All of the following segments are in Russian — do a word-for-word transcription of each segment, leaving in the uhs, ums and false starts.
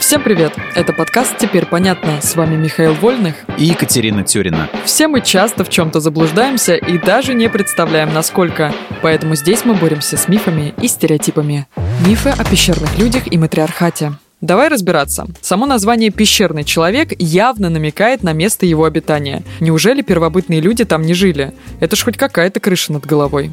Всем привет! Это подкаст «Теперь понятно». С вами Михаил Вольных и Екатерина Тюрина. Все мы часто в чем-то заблуждаемся и даже не представляем, насколько. Поэтому здесь мы боремся с мифами и стереотипами. Мифы о пещерных людях и матриархате. Давай разбираться. Само название «пещерный человек» явно намекает на место его обитания. Неужели первобытные люди там не жили? Это ж хоть какая-то крыша над головой.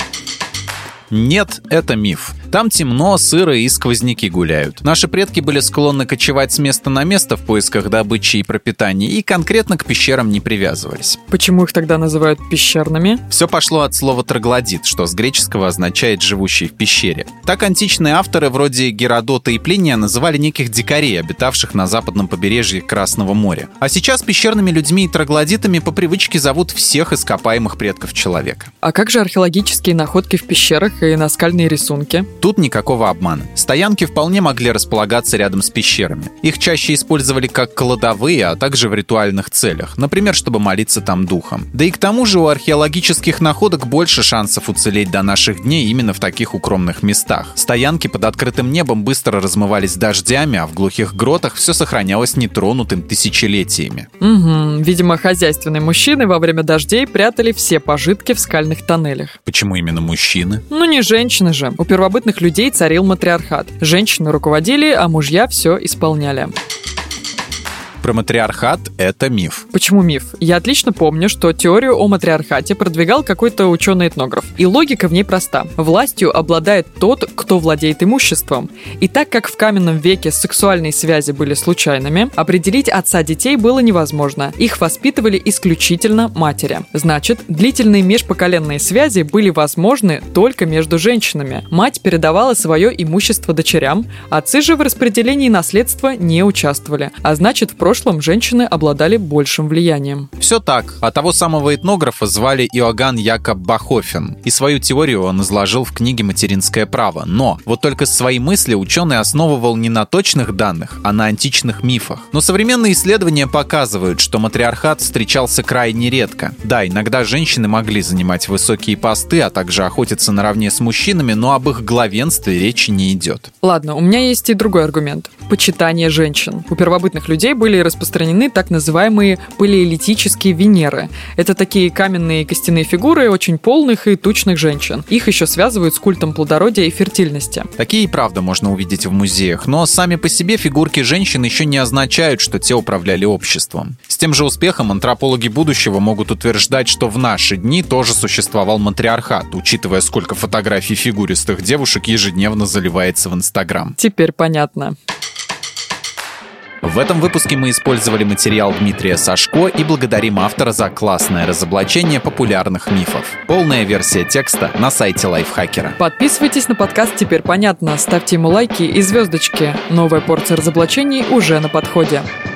Нет, это миф. Там темно, сыро и сквозняки гуляют. Наши предки были склонны кочевать с места на место в поисках добычи и пропитания и конкретно к пещерам не привязывались. Почему их тогда называют пещерными? Все пошло от слова «троглодит», что с греческого означает «живущий в пещере». Так античные авторы вроде Геродота и Плиния называли неких дикарей, обитавших на западном побережье Красного моря. А сейчас пещерными людьми и троглодитами по привычке зовут всех ископаемых предков человека. А как же археологические находки в пещерах и наскальные рисунки? Тут никакого обмана. Стоянки вполне могли располагаться рядом с пещерами. Их чаще использовали как кладовые, а также в ритуальных целях, например, чтобы молиться там духом. Да и к тому же у археологических находок больше шансов уцелеть до наших дней именно в таких укромных местах. Стоянки под открытым небом быстро размывались дождями, а в глухих гротах все сохранялось нетронутым тысячелетиями. Угу, видимо, хозяйственные мужчины во время дождей прятали все пожитки в скальных тоннелях. Почему именно мужчины? Ну не женщины же. У первобытных людей царил матриархат. Женщины руководили, а мужья все исполняли. Про матриархат — это миф. Почему миф? Я отлично помню, что теорию о матриархате продвигал какой-то ученый-этнограф. И логика в ней проста. Властью обладает тот, кто владеет имуществом. И так как в каменном веке сексуальные связи были случайными, определить отца детей было невозможно. Их воспитывали исключительно матери. Значит, длительные межпоколенные связи были возможны только между женщинами. Мать передавала свое имущество дочерям, отцы же в распределении наследства не участвовали. А значит, в В прошлом женщины обладали большим влиянием. Все так. А того самого этнографа звали Иоганн Якоб Бахофен. И свою теорию он изложил в книге «Материнское право». Но вот только свои мысли ученый основывал не на точных данных, а на античных мифах. Но современные исследования показывают, что матриархат встречался крайне редко. Да, иногда женщины могли занимать высокие посты, а также охотиться наравне с мужчинами, но об их главенстве речи не идет. Ладно, у меня есть и другой аргумент. Почитание женщин. У первобытных людей были распространены так называемые палеолитические Венеры. Это такие каменные костяные фигуры очень полных и тучных женщин. Их еще связывают с культом плодородия и фертильности. Такие и правда можно увидеть в музеях, но сами по себе фигурки женщин еще не означают, что те управляли обществом. С тем же успехом антропологи будущего могут утверждать, что в наши дни тоже существовал матриархат, учитывая, сколько фотографий фигуристых девушек ежедневно заливается в Инстаграм. Теперь понятно. В этом выпуске мы использовали материал Дмитрия Сашко и благодарим автора за классное разоблачение популярных мифов. Полная версия текста на сайте Лайфхакера. Подписывайтесь на подкаст «Теперь понятно», ставьте ему лайки и звездочки. Новая порция разоблачений уже на подходе.